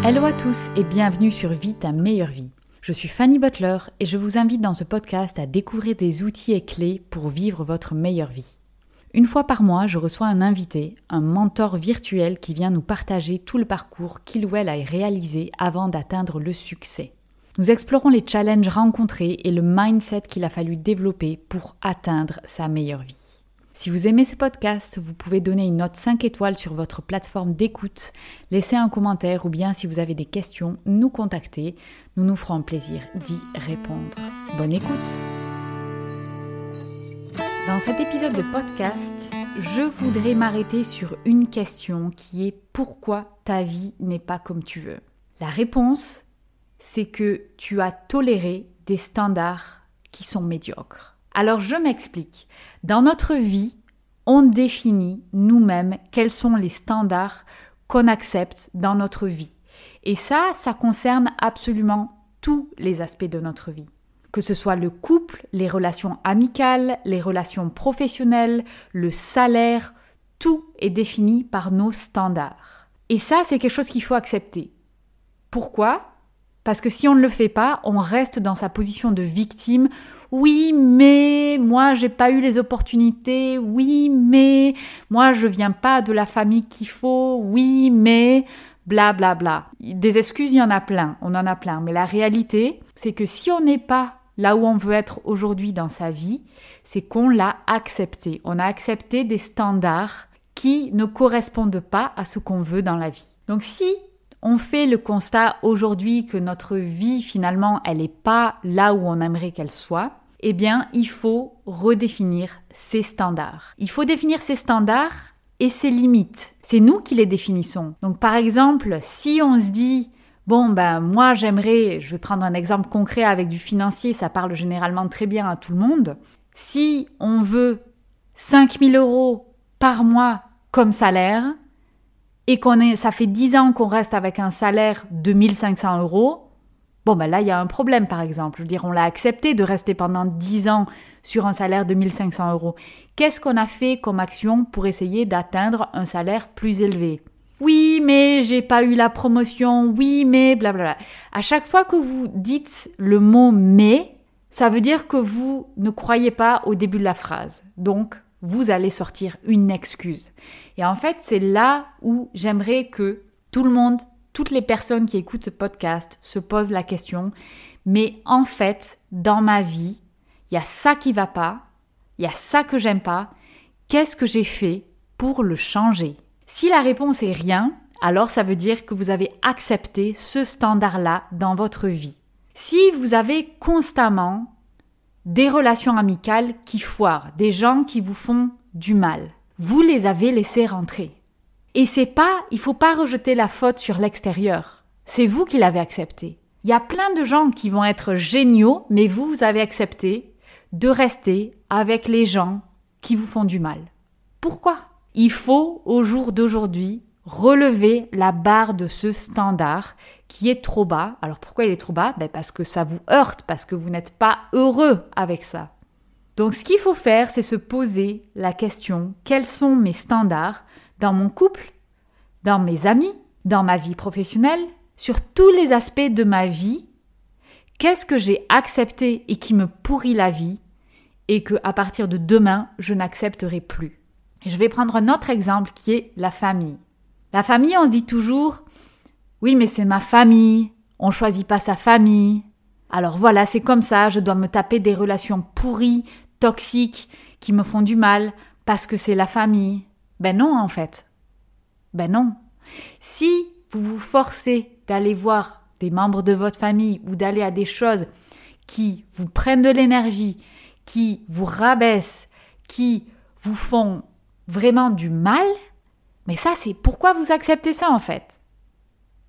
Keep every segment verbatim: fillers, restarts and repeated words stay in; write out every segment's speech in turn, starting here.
Hello à tous et bienvenue sur Vie ta meilleure vie. Je suis Fanny Butler et je vous invite dans ce podcast à découvrir des outils et clés pour vivre votre meilleure vie. Une fois par mois, je reçois un invité, un mentor virtuel qui vient nous partager tout le parcours qu'il ou elle a réalisé avant d'atteindre le succès. Nous explorons les challenges rencontrés et le mindset qu'il a fallu développer pour atteindre sa meilleure vie. Si vous aimez ce podcast, vous pouvez donner une note cinq étoiles sur votre plateforme d'écoute, laisser un commentaire ou bien si vous avez des questions, nous contacter. Nous nous ferons plaisir d'y répondre. Bonne écoute! Dans cet épisode de podcast, je voudrais m'arrêter sur une question qui est « Pourquoi ta vie n'est pas comme tu veux ?» La réponse, c'est que tu as toléré des standards qui sont médiocres. Alors je m'explique. Dans notre vie, on définit nous-mêmes quels sont les standards qu'on accepte dans notre vie. Et ça, ça concerne absolument tous les aspects de notre vie. Que ce soit le couple, les relations amicales, les relations professionnelles, le salaire, tout est défini par nos standards. Et ça, c'est quelque chose qu'il faut accepter. Pourquoi ? Parce que si on ne le fait pas, on reste dans sa position de victime. Oui, mais moi, j'ai pas eu les opportunités. Oui, mais moi, je viens pas de la famille qu'il faut. Oui, mais bla bla bla. Des excuses, il y en a plein. On en a plein. Mais la réalité, c'est que si on n'est pas là où on veut être aujourd'hui dans sa vie, c'est qu'on l'a accepté. On a accepté des standards qui ne correspondent pas à ce qu'on veut dans la vie. Donc si on fait le constat aujourd'hui que notre vie, finalement, elle n'est pas là où on aimerait qu'elle soit, eh bien, il faut redéfinir ses standards. Il faut définir ses standards et ses limites. C'est nous qui les définissons. Donc, par exemple, si on se dit « Bon, ben, moi, j'aimerais… » Je vais prendre un exemple concret avec du financier, ça parle généralement très bien à tout le monde. Si on veut cinq mille euros par mois comme salaire, et qu'on est, ça fait dix ans qu'on reste avec un salaire de mille cinq cents euros, bon ben là il y a un problème par exemple. Je veux dire, on l'a accepté de rester pendant dix ans sur un salaire de mille cinq cents euros. Qu'est-ce qu'on a fait comme action pour essayer d'atteindre un salaire plus élevé ? Oui, mais j'ai pas eu la promotion, oui, mais blablabla. À chaque fois que vous dites le mot « mais », ça veut dire que vous ne croyez pas au début de la phrase. Donc, vous allez sortir une excuse. Et en fait, c'est là où j'aimerais que tout le monde, toutes les personnes qui écoutent ce podcast se posent la question, mais en fait, dans ma vie, il y a ça qui va pas, il y a ça que j'aime pas, qu'est-ce que j'ai fait pour le changer ? Si la réponse est rien, alors ça veut dire que vous avez accepté ce standard-là dans votre vie. Si vous avez constamment des relations amicales qui foirent, des gens qui vous font du mal, vous les avez laissés rentrer. Et c'est pas, il faut pas rejeter la faute sur l'extérieur. C'est vous qui l'avez accepté. Il y a plein de gens qui vont être géniaux, mais vous, vous avez accepté de rester avec les gens qui vous font du mal. Pourquoi ? Il faut, au jour d'aujourd'hui, relever la barre de ce standard qui est trop bas. Alors pourquoi il est trop bas ? Ben parce que ça vous heurte, parce que vous n'êtes pas heureux avec ça. Donc ce qu'il faut faire, c'est se poser la question, quels sont mes standards dans mon couple, dans mes amis, dans ma vie professionnelle, sur tous les aspects de ma vie, qu'est-ce que j'ai accepté et qui me pourrit la vie et que à partir de demain, je n'accepterai plus. Et je vais prendre un autre exemple qui est la famille. La famille, on se dit toujours « Oui, mais c'est ma famille, on ne choisit pas sa famille. Alors voilà, c'est comme ça, je dois me taper des relations pourries, toxiques, qui me font du mal, parce que c'est la famille. » Ben non, en fait. Ben non. Si vous vous forcez d'aller voir des membres de votre famille ou d'aller à des choses qui vous prennent de l'énergie, qui vous rabaissent, qui vous font vraiment du mal, mais ça, c'est pourquoi vous acceptez ça, en fait. Pourquoi ?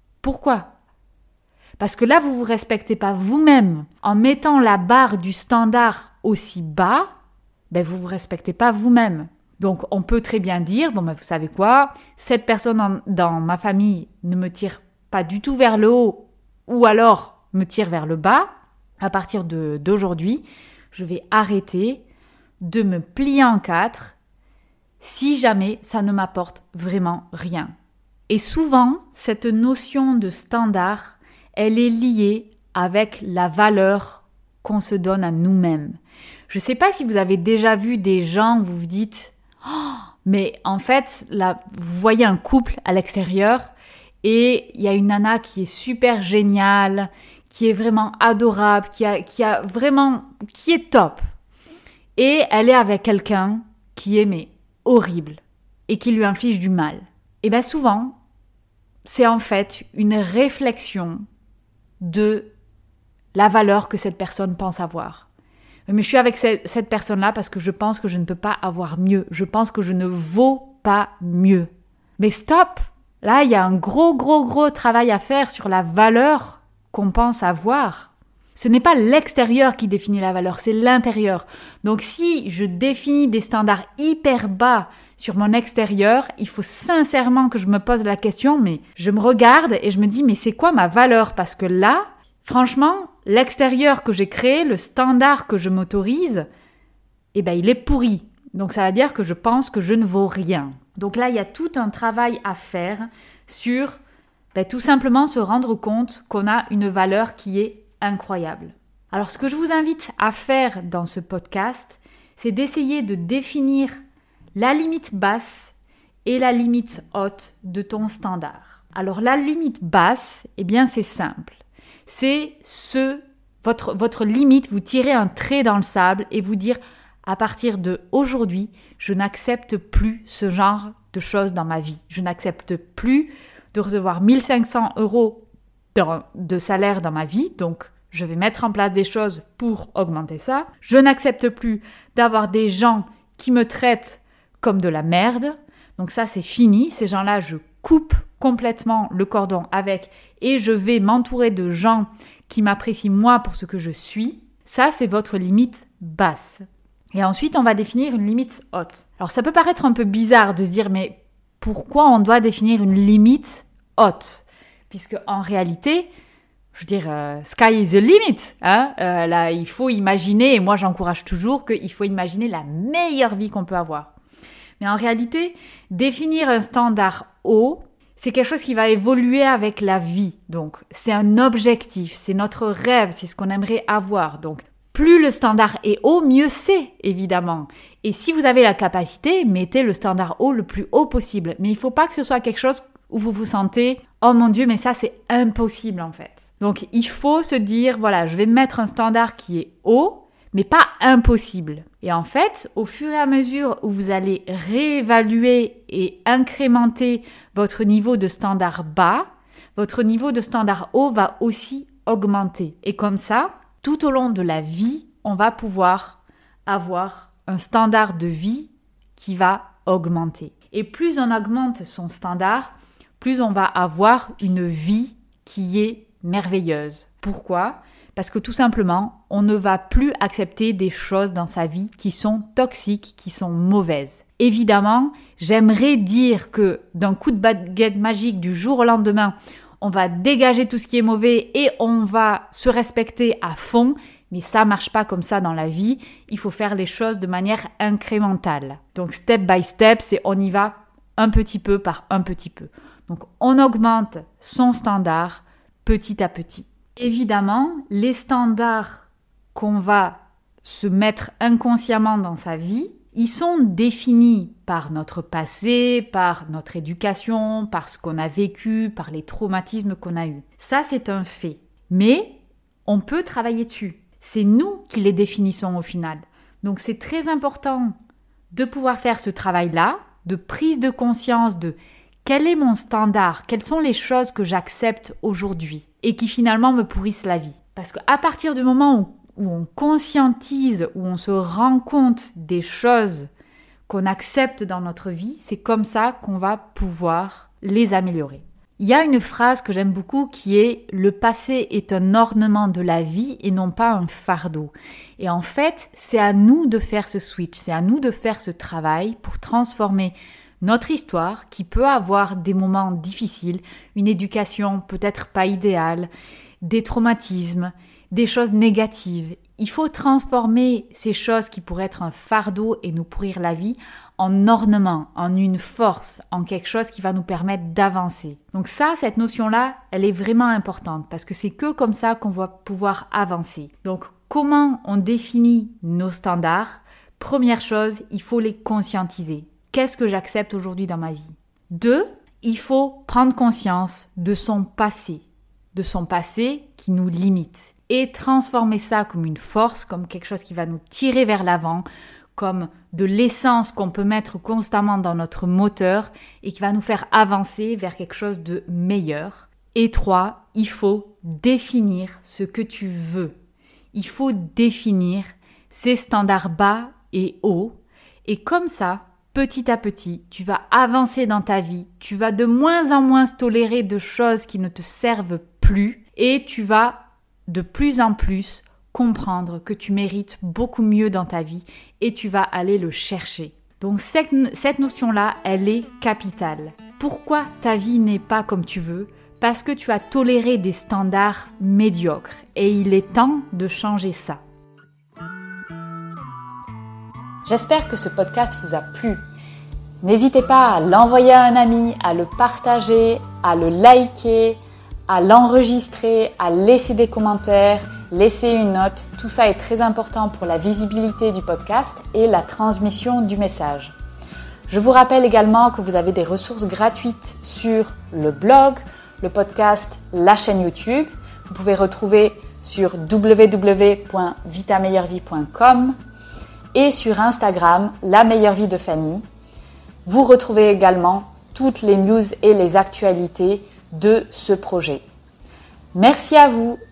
Parce que là, vous ne vous respectez pas vous-même. En mettant la barre du standard aussi bas, ben vous ne vous respectez pas vous-même. Donc, on peut très bien dire, bon, ben, vous savez quoi, cette personne en, dans ma famille ne me tire pas du tout vers le haut, ou alors me tire vers le bas. À partir de, d'aujourd'hui, je vais arrêter de me plier en quatre si jamais ça ne m'apporte vraiment rien. Et souvent, cette notion de standard, elle est liée avec la valeur qu'on se donne à nous-mêmes. Je ne sais pas si vous avez déjà vu des gens où vous vous dites oh, mais en fait, là, vous voyez un couple à l'extérieur et il y a une nana qui est super géniale, qui est vraiment adorable, qui a, qui a vraiment, qui est top. Et elle est avec quelqu'un qui est mais horrible et qui lui inflige du mal. Et bien souvent, c'est en fait une réflexion de la valeur que cette personne pense avoir. Mais je suis avec cette personne-là parce que je pense que je ne peux pas avoir mieux. Je pense que je ne vaux pas mieux. Mais stop! Là, il y a un gros, gros, gros travail à faire sur la valeur qu'on pense avoir. Ce n'est pas l'extérieur qui définit la valeur, c'est l'intérieur. Donc si je définis des standards hyper bas sur mon extérieur, il faut sincèrement que je me pose la question, mais je me regarde et je me dis, mais c'est quoi ma valeur? Parce que là, franchement, l'extérieur que j'ai créé, le standard que je m'autorise, eh ben, il est pourri. Donc ça veut dire que je pense que je ne vaux rien. Donc là, il y a tout un travail à faire sur ben, tout simplement se rendre compte qu'on a une valeur qui est incroyable. Alors ce que je vous invite à faire dans ce podcast, c'est d'essayer de définir la limite basse et la limite haute de ton standard. Alors la limite basse, eh bien c'est simple. C'est ce, votre, votre limite, vous tirez un trait dans le sable et vous dire à partir de aujourd'hui, je n'accepte plus ce genre de choses dans ma vie. Je n'accepte plus de recevoir mille cinq cents euros de salaire dans ma vie, donc je vais mettre en place des choses pour augmenter ça. Je n'accepte plus d'avoir des gens qui me traitent comme de la merde. Donc ça, c'est fini. Ces gens-là, je coupe complètement le cordon avec et je vais m'entourer de gens qui m'apprécient moi pour ce que je suis. Ça, c'est votre limite basse. Et ensuite, on va définir une limite haute. Alors, ça peut paraître un peu bizarre de se dire, mais pourquoi on doit définir une limite haute? Puisque en réalité, je veux dire, euh, sky is the limit. Hein euh, là, il faut imaginer, et moi j'encourage toujours qu'il faut imaginer la meilleure vie qu'on peut avoir. Mais en réalité, définir un standard haut, c'est quelque chose qui va évoluer avec la vie. Donc, c'est un objectif, c'est notre rêve, c'est ce qu'on aimerait avoir. Donc, plus le standard est haut, mieux c'est, évidemment. Et si vous avez la capacité, mettez le standard haut le plus haut possible. Mais il ne faut pas que ce soit quelque chose où vous vous sentez « Oh mon Dieu, mais ça, c'est impossible en fait ». Donc, il faut se dire « Voilà, je vais mettre un standard qui est haut, mais pas impossible ». Et en fait, au fur et à mesure où vous allez réévaluer et incrémenter votre niveau de standard bas, votre niveau de standard haut va aussi augmenter. Et comme ça, tout au long de la vie, on va pouvoir avoir un standard de vie qui va augmenter. Et plus on augmente son standard, plus on va avoir une vie qui est merveilleuse. Pourquoi ? Parce que tout simplement, on ne va plus accepter des choses dans sa vie qui sont toxiques, qui sont mauvaises. Évidemment, j'aimerais dire que d'un coup de baguette magique du jour au lendemain, on va dégager tout ce qui est mauvais et on va se respecter à fond, mais ça marche pas comme ça dans la vie. Il faut faire les choses de manière incrémentale. Donc step by step, c'est on y va un petit peu par un petit peu. Donc on augmente son standard petit à petit. Évidemment, les standards qu'on va se mettre inconsciemment dans sa vie, ils sont définis par notre passé, par notre éducation, par ce qu'on a vécu, par les traumatismes qu'on a eus. Ça, c'est un fait. Mais on peut travailler dessus. C'est nous qui les définissons au final. Donc, c'est très important de pouvoir faire ce travail-là, de prise de conscience de quel est mon standard, quelles sont les choses que j'accepte aujourd'hui et qui finalement me pourrissent la vie. Parce qu'à partir du moment où où on conscientise, où on se rend compte des choses qu'on accepte dans notre vie, c'est comme ça qu'on va pouvoir les améliorer. Il y a une phrase que j'aime beaucoup qui est « Le passé est un ornement de la vie et non pas un fardeau ». Et en fait, c'est à nous de faire ce switch, c'est à nous de faire ce travail pour transformer notre histoire qui peut avoir des moments difficiles, une éducation peut-être pas idéale, des traumatismes, des choses négatives. Il faut transformer ces choses qui pourraient être un fardeau et nous pourrir la vie en ornement, en une force, en quelque chose qui va nous permettre d'avancer. Donc ça, cette notion-là, elle est vraiment importante parce que c'est que comme ça qu'on va pouvoir avancer. Donc comment on définit nos standards? Première chose, il faut les conscientiser. Qu'est-ce que j'accepte aujourd'hui dans ma vie? Deux, il faut prendre conscience de son passé, de son passé qui nous limite et transformer ça comme une force, comme quelque chose qui va nous tirer vers l'avant, comme de l'essence qu'on peut mettre constamment dans notre moteur et qui va nous faire avancer vers quelque chose de meilleur. Et trois, il faut définir ce que tu veux. Il faut définir ces standards bas et hauts et comme ça, petit à petit, tu vas avancer dans ta vie, tu vas de moins en moins tolérer de choses qui ne te servent plus et tu vas de plus en plus comprendre que tu mérites beaucoup mieux dans ta vie et tu vas aller le chercher. Donc cette, cette notion-là, elle est capitale. Pourquoi ta vie n'est pas comme tu veux? Parce que tu as toléré des standards médiocres et il est temps de changer ça. J'espère que ce podcast vous a plu. N'hésitez pas à l'envoyer à un ami, à le partager, à le liker, à l'enregistrer, à laisser des commentaires, laisser une note. Tout ça est très important pour la visibilité du podcast et la transmission du message. Je vous rappelle également que vous avez des ressources gratuites sur le blog, le podcast, la chaîne YouTube. Vous pouvez retrouver sur w w w point vita meilleure vie point com et sur Instagram, la meilleure vie de Fanny. Vous retrouvez également toutes les news et les actualités de ce projet. Merci à vous